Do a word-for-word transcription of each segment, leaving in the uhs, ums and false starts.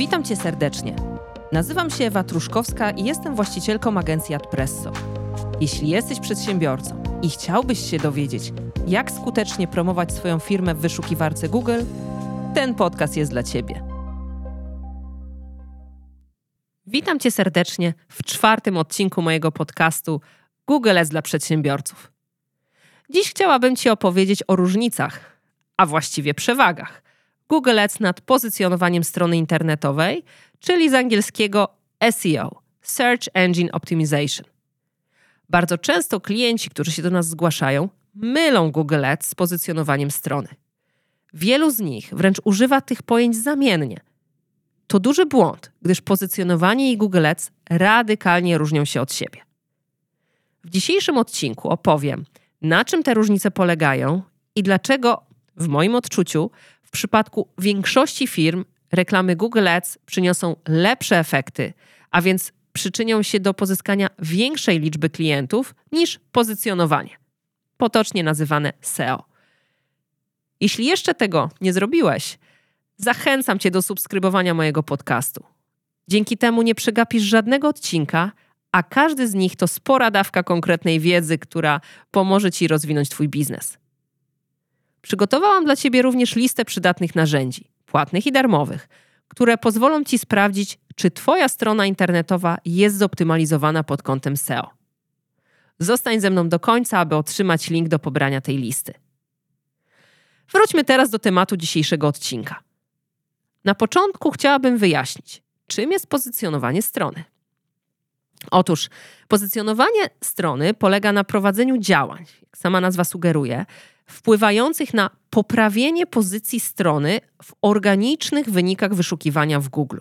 Witam Cię serdecznie. Nazywam się Ewa Truszkowska i jestem właścicielką agencji Adpresso. Jeśli jesteś przedsiębiorcą i chciałbyś się dowiedzieć, jak skutecznie promować swoją firmę w wyszukiwarce Google, ten podcast jest dla Ciebie. Witam Cię serdecznie w czwartym odcinku mojego podcastu Google Ads dla przedsiębiorców. Dziś chciałabym Ci opowiedzieć o różnicach, a właściwie przewagach Google Ads nad pozycjonowaniem strony internetowej, czyli z angielskiego S E O, Search Engine Optimization. Bardzo często klienci, którzy się do nas zgłaszają, mylą Google Ads z pozycjonowaniem strony. Wielu z nich wręcz używa tych pojęć zamiennie. To duży błąd, gdyż pozycjonowanie i Google Ads radykalnie różnią się od siebie. W dzisiejszym odcinku opowiem, na czym te różnice polegają i dlaczego, w moim odczuciu, w przypadku większości firm reklamy Google Ads przyniosą lepsze efekty, a więc przyczynią się do pozyskania większej liczby klientów niż pozycjonowanie, potocznie nazywane S E O. Jeśli jeszcze tego nie zrobiłeś, zachęcam Cię do subskrybowania mojego podcastu. Dzięki temu nie przegapisz żadnego odcinka, a każdy z nich to spora dawka konkretnej wiedzy, która pomoże Ci rozwinąć Twój biznes. Przygotowałam dla Ciebie również listę przydatnych narzędzi, płatnych i darmowych, które pozwolą Ci sprawdzić, czy Twoja strona internetowa jest zoptymalizowana pod kątem S E O. Zostań ze mną do końca, aby otrzymać link do pobrania tej listy. Wróćmy teraz do tematu dzisiejszego odcinka. Na początku chciałabym wyjaśnić, czym jest pozycjonowanie strony. Otóż pozycjonowanie strony polega na prowadzeniu działań, jak sama nazwa sugeruje, wpływających na poprawienie pozycji strony w organicznych wynikach wyszukiwania w Google.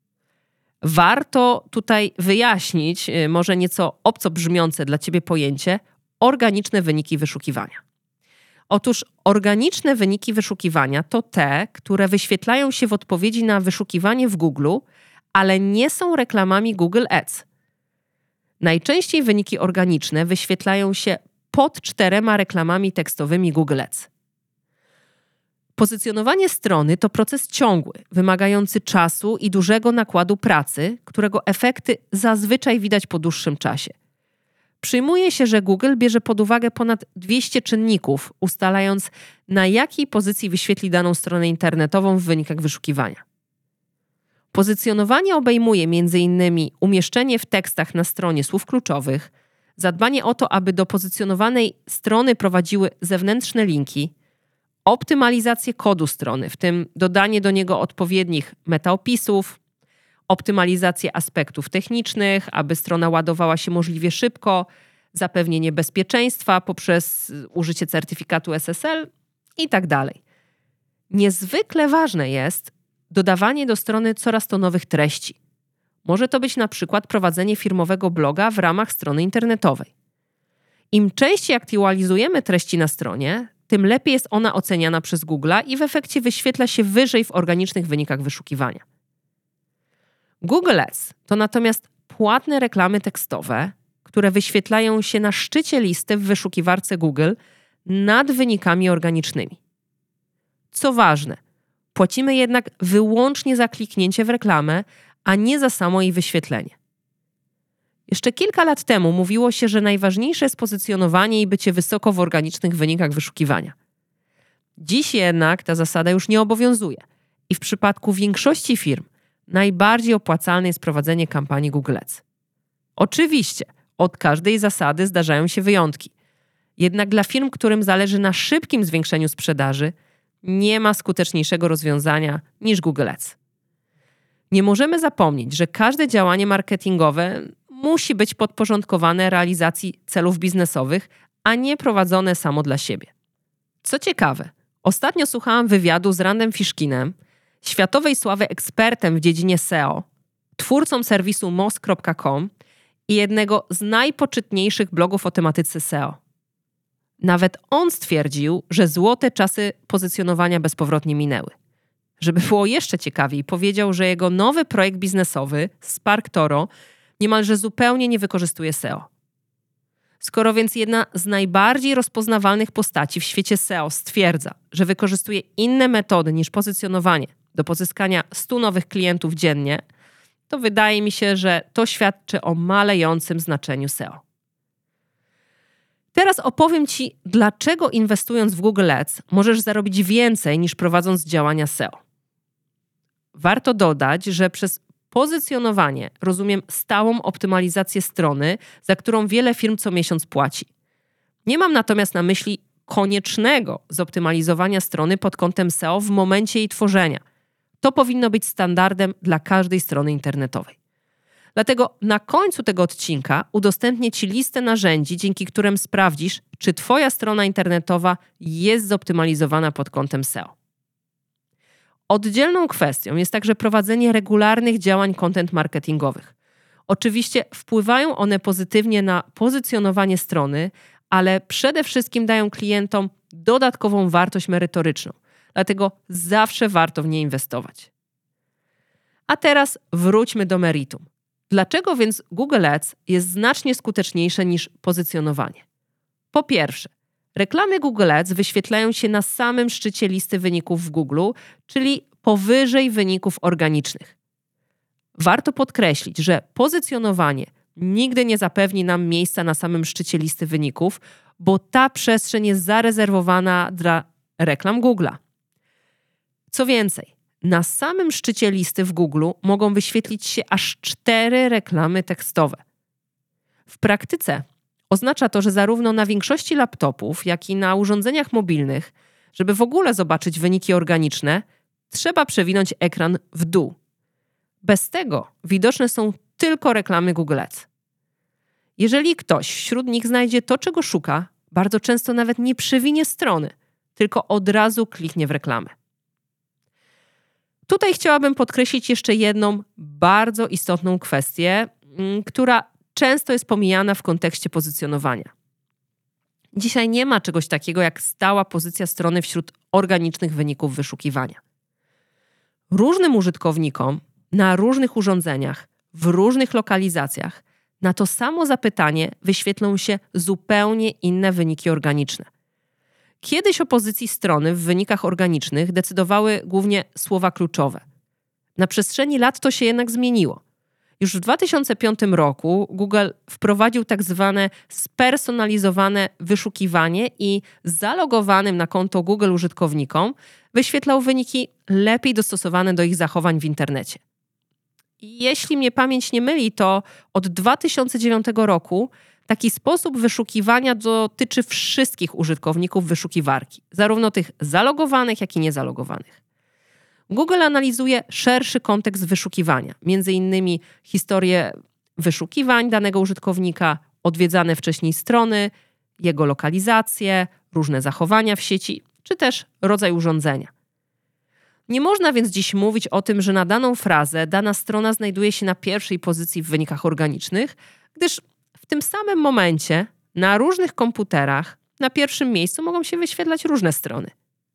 Warto tutaj wyjaśnić może nieco obco brzmiące dla Ciebie pojęcie organiczne wyniki wyszukiwania. Otóż organiczne wyniki wyszukiwania to te, które wyświetlają się w odpowiedzi na wyszukiwanie w Google, ale nie są reklamami Google Ads. Najczęściej wyniki organiczne wyświetlają się pod czterema reklamami tekstowymi Google Ads. Pozycjonowanie strony to proces ciągły, wymagający czasu i dużego nakładu pracy, którego efekty zazwyczaj widać po dłuższym czasie. Przyjmuje się, że Google bierze pod uwagę ponad dwieście czynników, ustalając, na jakiej pozycji wyświetli daną stronę internetową w wynikach wyszukiwania. Pozycjonowanie obejmuje między innymi umieszczenie w tekstach na stronie słów kluczowych, zadbanie o to, aby do pozycjonowanej strony prowadziły zewnętrzne linki, optymalizację kodu strony, w tym dodanie do niego odpowiednich metaopisów, optymalizację aspektów technicznych, aby strona ładowała się możliwie szybko, zapewnienie bezpieczeństwa poprzez użycie certyfikatu S S L i tak dalej. Niezwykle ważne jest dodawanie do strony coraz to nowych treści. Może to być na przykład prowadzenie firmowego bloga w ramach strony internetowej. Im częściej aktualizujemy treści na stronie, tym lepiej jest ona oceniana przez Google'a i w efekcie wyświetla się wyżej w organicznych wynikach wyszukiwania. Google Ads to natomiast płatne reklamy tekstowe, które wyświetlają się na szczycie listy w wyszukiwarce Google nad wynikami organicznymi. Co ważne, płacimy jednak wyłącznie za kliknięcie w reklamę, a nie za samo jej wyświetlenie. Jeszcze kilka lat temu mówiło się, że najważniejsze jest pozycjonowanie i bycie wysoko w organicznych wynikach wyszukiwania. Dziś jednak ta zasada już nie obowiązuje i w przypadku większości firm najbardziej opłacalne jest prowadzenie kampanii Google Ads. Oczywiście, od każdej zasady zdarzają się wyjątki. Jednak dla firm, którym zależy na szybkim zwiększeniu sprzedaży, nie ma skuteczniejszego rozwiązania niż Google Ads. Nie możemy zapomnieć, że każde działanie marketingowe musi być podporządkowane realizacji celów biznesowych, a nie prowadzone samo dla siebie. Co ciekawe, ostatnio słuchałam wywiadu z Randem Fishkinem, światowej sławy ekspertem w dziedzinie S E O, twórcą serwisu moz kropka com i jednego z najpoczytniejszych blogów o tematyce S E O. Nawet on stwierdził, że złote czasy pozycjonowania bezpowrotnie minęły. Żeby było jeszcze ciekawiej, powiedział, że jego nowy projekt biznesowy, SparkToro, niemalże zupełnie nie wykorzystuje S E O. Skoro więc jedna z najbardziej rozpoznawalnych postaci w świecie S E O stwierdza, że wykorzystuje inne metody niż pozycjonowanie, do pozyskania stu nowych klientów dziennie, to wydaje mi się, że to świadczy o malejącym znaczeniu S E O. Teraz opowiem Ci, dlaczego inwestując w Google Ads możesz zarobić więcej niż prowadząc działania S E O. Warto dodać, że przez pozycjonowanie rozumiem stałą optymalizację strony, za którą wiele firm co miesiąc płaci. Nie mam natomiast na myśli koniecznego zoptymalizowania strony pod kątem S E O w momencie jej tworzenia. To powinno być standardem dla każdej strony internetowej. Dlatego na końcu tego odcinka udostępnię Ci listę narzędzi, dzięki którym sprawdzisz, czy Twoja strona internetowa jest zoptymalizowana pod kątem S E O. Oddzielną kwestią jest także prowadzenie regularnych działań content marketingowych. Oczywiście wpływają one pozytywnie na pozycjonowanie strony, ale przede wszystkim dają klientom dodatkową wartość merytoryczną. Dlatego zawsze warto w nie inwestować. A teraz wróćmy do meritum. Dlaczego więc Google Ads jest znacznie skuteczniejsze niż pozycjonowanie? Po pierwsze, reklamy Google Ads wyświetlają się na samym szczycie listy wyników w Google, czyli powyżej wyników organicznych. Warto podkreślić, że pozycjonowanie nigdy nie zapewni nam miejsca na samym szczycie listy wyników, bo ta przestrzeń jest zarezerwowana dla reklam Google'a. Co więcej, na samym szczycie listy w Google mogą wyświetlić się aż cztery reklamy tekstowe. W praktyce oznacza to, że zarówno na większości laptopów, jak i na urządzeniach mobilnych, żeby w ogóle zobaczyć wyniki organiczne, trzeba przewinąć ekran w dół. Bez tego widoczne są tylko reklamy Google Ads. Jeżeli ktoś wśród nich znajdzie to, czego szuka, bardzo często nawet nie przewinie strony, tylko od razu kliknie w reklamę. Tutaj chciałabym podkreślić jeszcze jedną bardzo istotną kwestię, która często jest pomijana w kontekście pozycjonowania. Dzisiaj nie ma czegoś takiego jak stała pozycja strony wśród organicznych wyników wyszukiwania. Różnym użytkownikom na różnych urządzeniach, w różnych lokalizacjach na to samo zapytanie wyświetlą się zupełnie inne wyniki organiczne. Kiedyś o pozycji strony w wynikach organicznych decydowały głównie słowa kluczowe. Na przestrzeni lat to się jednak zmieniło. Już w dwa tysiące piątym roku Google wprowadził tak zwane spersonalizowane wyszukiwanie i zalogowanym na konto Google użytkownikom wyświetlał wyniki lepiej dostosowane do ich zachowań w internecie. I jeśli mnie pamięć nie myli, to od dwa tysiące dziewiątego roku taki sposób wyszukiwania dotyczy wszystkich użytkowników wyszukiwarki, zarówno tych zalogowanych, jak i niezalogowanych. Google analizuje szerszy kontekst wyszukiwania, między innymi historię wyszukiwań danego użytkownika, odwiedzane wcześniej strony, jego lokalizację, różne zachowania w sieci, czy też rodzaj urządzenia. Nie można więc dziś mówić o tym, że na daną frazę dana strona znajduje się na pierwszej pozycji w wynikach organicznych, gdyż w tym samym momencie na różnych komputerach na pierwszym miejscu mogą się wyświetlać różne strony.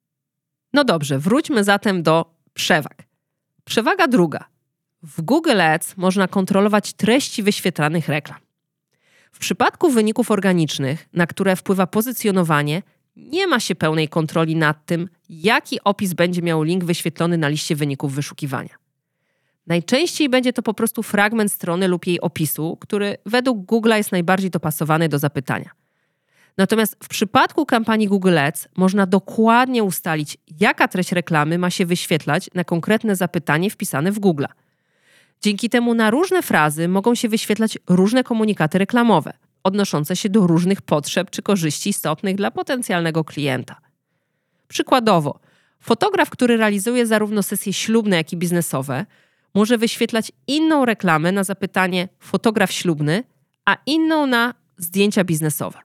No dobrze, wróćmy zatem do przewag. Przewaga druga. W Google Ads można kontrolować treści wyświetlanych reklam. W przypadku wyników organicznych, na które wpływa pozycjonowanie, nie ma się pełnej kontroli nad tym, jaki opis będzie miał link wyświetlony na liście wyników wyszukiwania. Najczęściej będzie to po prostu fragment strony lub jej opisu, który według Google'a jest najbardziej dopasowany do zapytania. Natomiast w przypadku kampanii Google Ads można dokładnie ustalić, jaka treść reklamy ma się wyświetlać na konkretne zapytanie wpisane w Google'a. Dzięki temu na różne frazy mogą się wyświetlać różne komunikaty reklamowe, odnoszące się do różnych potrzeb czy korzyści istotnych dla potencjalnego klienta. Przykładowo, fotograf, który realizuje zarówno sesje ślubne, jak i biznesowe, może wyświetlać inną reklamę na zapytanie fotograf ślubny, a inną na zdjęcia biznesowe.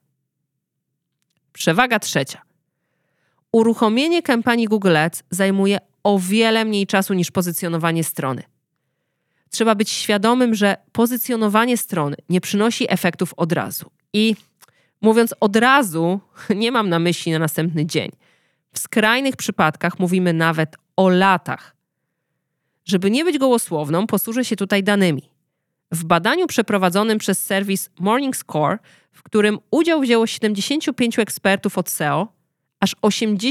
Przewaga trzecia. Uruchomienie kampanii Google Ads zajmuje o wiele mniej czasu niż pozycjonowanie strony. Trzeba być świadomym, że pozycjonowanie strony nie przynosi efektów od razu. I mówiąc od razu, nie mam na myśli na następny dzień. W skrajnych przypadkach mówimy nawet o latach. Żeby nie być gołosłowną, posłużę się tutaj danymi. W badaniu przeprowadzonym przez serwis Morningscore, w którym udział wzięło siedemdziesięciu pięciu ekspertów od S E O, aż osiemdziesiąt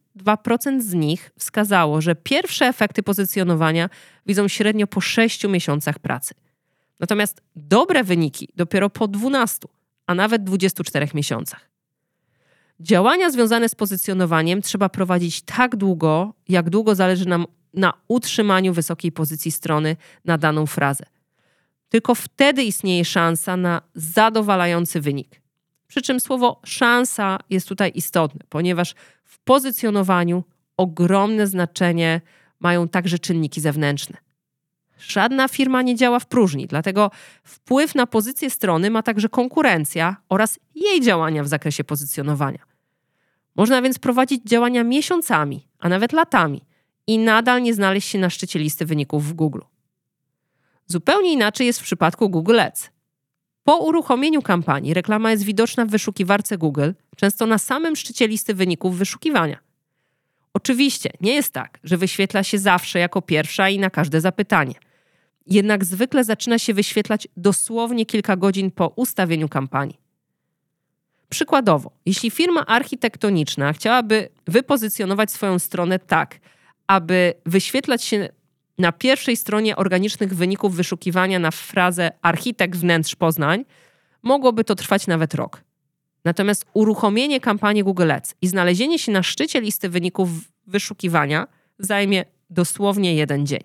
dwa procent z nich wskazało, że pierwsze efekty pozycjonowania widzą średnio po sześciu miesiącach pracy. Natomiast dobre wyniki dopiero po dwunastu, a nawet dwudziestu czterech miesiącach. Działania związane z pozycjonowaniem trzeba prowadzić tak długo, jak długo zależy nam na utrzymaniu wysokiej pozycji strony na daną frazę. Tylko wtedy istnieje szansa na zadowalający wynik. Przy czym słowo szansa jest tutaj istotne, ponieważ w pozycjonowaniu ogromne znaczenie mają także czynniki zewnętrzne. Żadna firma nie działa w próżni, dlatego wpływ na pozycję strony ma także konkurencja oraz jej działania w zakresie pozycjonowania. Można więc prowadzić działania miesiącami, a nawet latami i nadal nie znaleźć się na szczycie listy wyników w Google. Zupełnie inaczej jest w przypadku Google Ads. Po uruchomieniu kampanii reklama jest widoczna w wyszukiwarce Google, często na samym szczycie listy wyników wyszukiwania. Oczywiście nie jest tak, że wyświetla się zawsze jako pierwsza i na każde zapytanie. Jednak zwykle zaczyna się wyświetlać dosłownie kilka godzin po ustawieniu kampanii. Przykładowo, jeśli firma architektoniczna chciałaby wypozycjonować swoją stronę tak, aby wyświetlać się na pierwszej stronie organicznych wyników wyszukiwania na frazę architekt wnętrz Poznań, mogłoby to trwać nawet rok. Natomiast uruchomienie kampanii Google Ads i znalezienie się na szczycie listy wyników wyszukiwania zajmie dosłownie jeden dzień.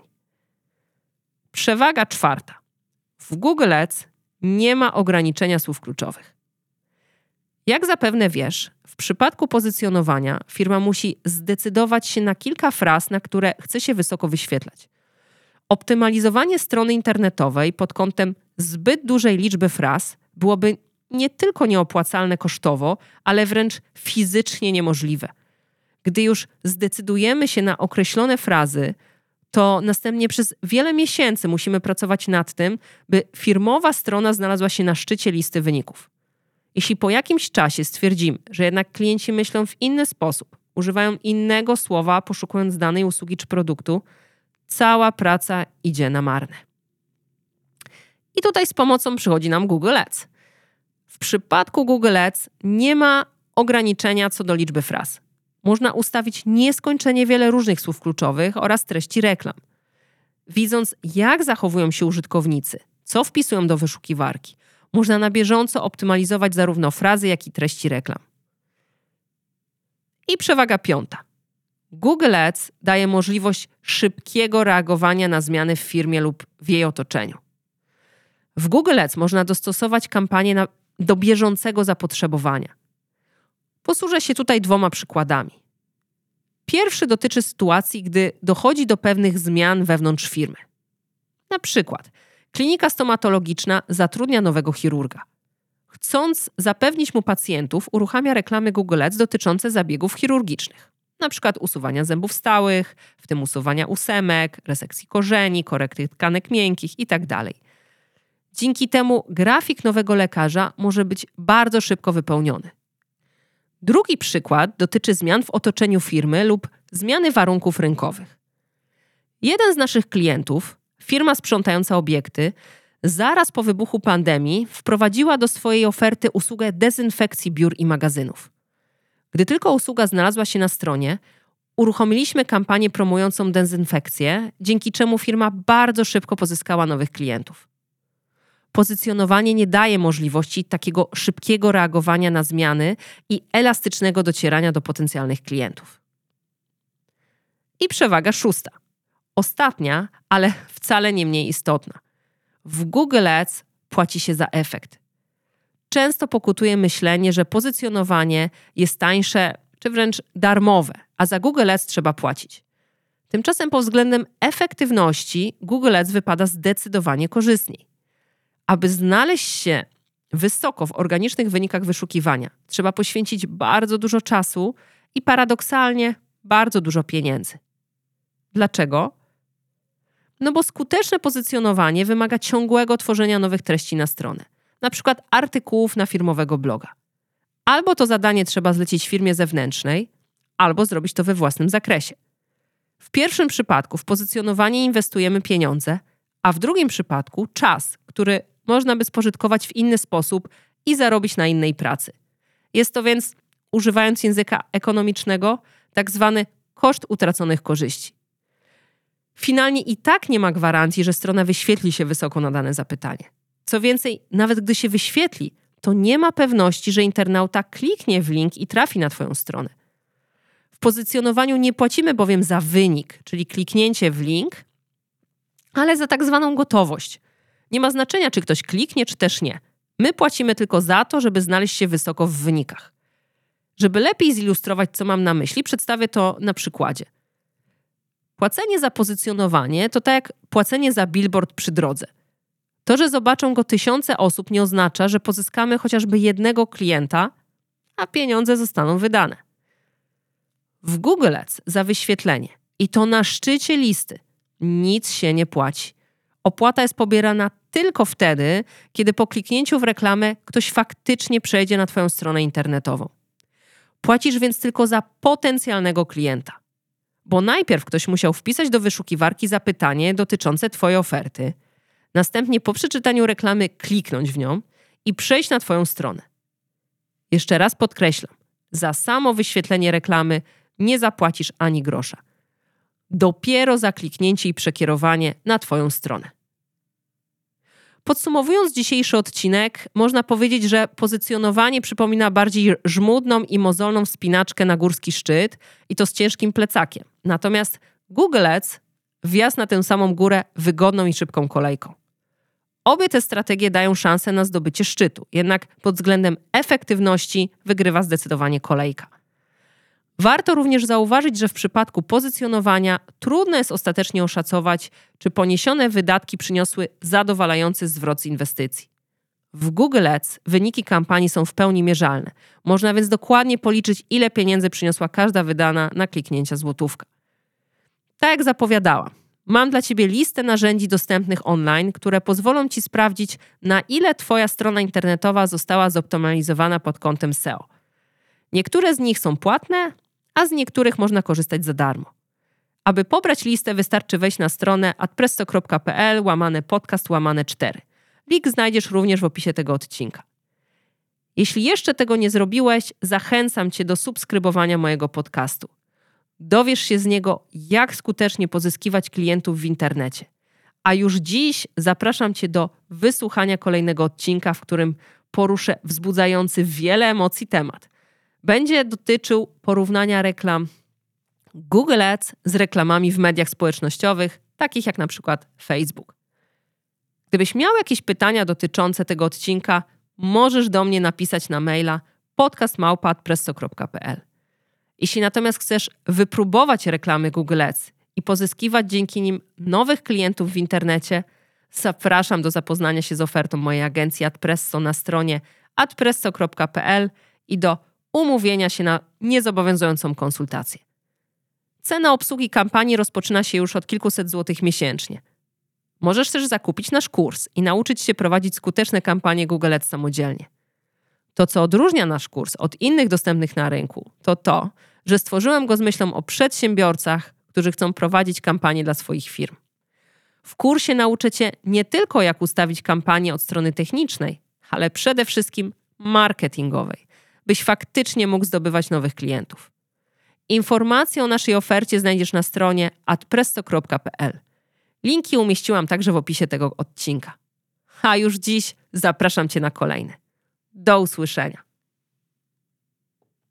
Przewaga czwarta. W Google Ads nie ma ograniczenia słów kluczowych. Jak zapewne wiesz, w przypadku pozycjonowania firma musi zdecydować się na kilka fraz, na które chce się wysoko wyświetlać. Optymalizowanie strony internetowej pod kątem zbyt dużej liczby fraz byłoby nie tylko nieopłacalne kosztowo, ale wręcz fizycznie niemożliwe. Gdy już zdecydujemy się na określone frazy, to następnie przez wiele miesięcy musimy pracować nad tym, by firmowa strona znalazła się na szczycie listy wyników. Jeśli po jakimś czasie stwierdzimy, że jednak klienci myślą w inny sposób, używają innego słowa, poszukując danej usługi czy produktu, cała praca idzie na marne. I tutaj z pomocą przychodzi nam Google Ads. W przypadku Google Ads nie ma ograniczenia co do liczby fraz. Można ustawić nieskończenie wiele różnych słów kluczowych oraz treści reklam. Widząc, jak zachowują się użytkownicy, co wpisują do wyszukiwarki, można na bieżąco optymalizować zarówno frazy, jak i treści reklam. I przewaga piąta. Google Ads daje możliwość szybkiego reagowania na zmiany w firmie lub w jej otoczeniu. W Google Ads można dostosować kampanię na, do bieżącego zapotrzebowania. Posłużę się tutaj dwoma przykładami. Pierwszy dotyczy sytuacji, gdy dochodzi do pewnych zmian wewnątrz firmy. Na przykład klinika stomatologiczna zatrudnia nowego chirurga. Chcąc zapewnić mu pacjentów, uruchamia reklamy Google Ads dotyczące zabiegów chirurgicznych. Na przykład usuwania zębów stałych, w tym usuwania ósemek, resekcji korzeni, korekty tkanek miękkich itd. Dzięki temu grafik nowego lekarza może być bardzo szybko wypełniony. Drugi przykład dotyczy zmian w otoczeniu firmy lub zmiany warunków rynkowych. Jeden z naszych klientów, firma sprzątająca obiekty, zaraz po wybuchu pandemii wprowadziła do swojej oferty usługę dezynfekcji biur i magazynów. Gdy tylko usługa znalazła się na stronie, uruchomiliśmy kampanię promującą dezynfekcję, dzięki czemu firma bardzo szybko pozyskała nowych klientów. Pozycjonowanie nie daje możliwości takiego szybkiego reagowania na zmiany i elastycznego docierania do potencjalnych klientów. I przewaga szósta. Ostatnia, ale wcale nie mniej istotna. W Google Ads płaci się za efekt. Często pokutuje myślenie, że pozycjonowanie jest tańsze czy wręcz darmowe, a za Google Ads trzeba płacić. Tymczasem pod względem efektywności Google Ads wypada zdecydowanie korzystniej. Aby znaleźć się wysoko w organicznych wynikach wyszukiwania, trzeba poświęcić bardzo dużo czasu i paradoksalnie bardzo dużo pieniędzy. Dlaczego? No bo skuteczne pozycjonowanie wymaga ciągłego tworzenia nowych treści na stronę, na przykład artykułów na firmowego bloga. Albo to zadanie trzeba zlecić firmie zewnętrznej, albo zrobić to we własnym zakresie. W pierwszym przypadku w pozycjonowanie inwestujemy pieniądze, a w drugim przypadku czas, który można by spożytkować w inny sposób i zarobić na innej pracy. Jest to więc, używając języka ekonomicznego, tak zwany koszt utraconych korzyści. Finalnie i tak nie ma gwarancji, że strona wyświetli się wysoko na dane zapytanie. Co więcej, nawet gdy się wyświetli, to nie ma pewności, że internauta kliknie w link i trafi na Twoją stronę. W pozycjonowaniu nie płacimy bowiem za wynik, czyli kliknięcie w link, ale za tak zwaną gotowość. Nie ma znaczenia, czy ktoś kliknie, czy też nie. My płacimy tylko za to, żeby znaleźć się wysoko w wynikach. Żeby lepiej zilustrować, co mam na myśli, przedstawię to na przykładzie. Płacenie za pozycjonowanie to tak jak płacenie za billboard przy drodze. To, że zobaczą go tysiące osób, nie oznacza, że pozyskamy chociażby jednego klienta, a pieniądze zostaną wydane. W Google Ads za wyświetlenie, i to na szczycie listy, nic się nie płaci. Opłata jest pobierana tylko wtedy, kiedy po kliknięciu w reklamę ktoś faktycznie przejdzie na Twoją stronę internetową. Płacisz więc tylko za potencjalnego klienta. Bo najpierw ktoś musiał wpisać do wyszukiwarki zapytanie dotyczące Twojej oferty, następnie po przeczytaniu reklamy kliknąć w nią i przejść na Twoją stronę. Jeszcze raz podkreślam, za samo wyświetlenie reklamy nie zapłacisz ani grosza. Dopiero za kliknięcie i przekierowanie na Twoją stronę. Podsumowując dzisiejszy odcinek, można powiedzieć, że pozycjonowanie przypomina bardziej żmudną i mozolną wspinaczkę na górski szczyt i to z ciężkim plecakiem. Natomiast Google Ads wjazd na tę samą górę wygodną i szybką kolejką. Obie te strategie dają szansę na zdobycie szczytu, jednak pod względem efektywności wygrywa zdecydowanie kolejka. Warto również zauważyć, że w przypadku pozycjonowania trudno jest ostatecznie oszacować, czy poniesione wydatki przyniosły zadowalający zwrot z inwestycji. W Google Ads wyniki kampanii są w pełni mierzalne. Można więc dokładnie policzyć, ile pieniędzy przyniosła każda wydana na kliknięcia złotówka. Tak jak zapowiadałam, mam dla Ciebie listę narzędzi dostępnych online, które pozwolą Ci sprawdzić, na ile Twoja strona internetowa została zoptymalizowana pod kątem S E O. Niektóre z nich są płatne, a z niektórych można korzystać za darmo. Aby pobrać listę, wystarczy wejść na stronę adpresso kropka p l łamane podcast łamane cztery. Link znajdziesz również w opisie tego odcinka. Jeśli jeszcze tego nie zrobiłeś, zachęcam Cię do subskrybowania mojego podcastu. Dowiesz się z niego, jak skutecznie pozyskiwać klientów w internecie. A już dziś zapraszam Cię do wysłuchania kolejnego odcinka, w którym poruszę wzbudzający wiele emocji temat. Będzie dotyczył porównania reklam Google Ads z reklamami w mediach społecznościowych, takich jak na przykład Facebook. Gdybyś miał jakieś pytania dotyczące tego odcinka, możesz do mnie napisać na maila podcast małpa adpresso kropka p l. Jeśli natomiast chcesz wypróbować reklamy Google Ads i pozyskiwać dzięki nim nowych klientów w internecie, zapraszam do zapoznania się z ofertą mojej agencji Adpresso na stronie adpresso kropka p l i do umówienia się na niezobowiązującą konsultację. Cena obsługi kampanii rozpoczyna się już od kilkuset złotych miesięcznie. Możesz też zakupić nasz kurs i nauczyć się prowadzić skuteczne kampanie Google Ads samodzielnie. To, co odróżnia nasz kurs od innych dostępnych na rynku, to to, że stworzyłem go z myślą o przedsiębiorcach, którzy chcą prowadzić kampanie dla swoich firm. W kursie nauczę Cię nie tylko, jak ustawić kampanię od strony technicznej, ale przede wszystkim marketingowej, byś faktycznie mógł zdobywać nowych klientów. Informacje o naszej ofercie znajdziesz na stronie adpresso kropka p l. Linki umieściłam także w opisie tego odcinka. A już dziś zapraszam Cię na kolejny. Do usłyszenia.